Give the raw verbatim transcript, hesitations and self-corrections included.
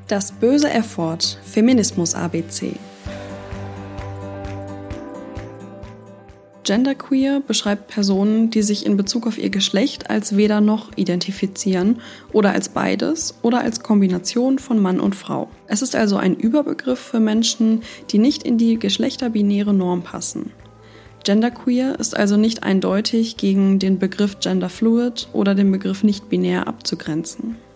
Das böse F-Wort, Feminismus-A B C. Genderqueer beschreibt Personen, die sich in Bezug auf ihr Geschlecht als weder noch identifizieren oder als beides oder als Kombination von Mann und Frau. Es ist also ein Überbegriff für Menschen, die nicht in die geschlechterbinäre Norm passen. Genderqueer ist also nicht eindeutig gegen den Begriff genderfluid oder den Begriff nicht-binär abzugrenzen.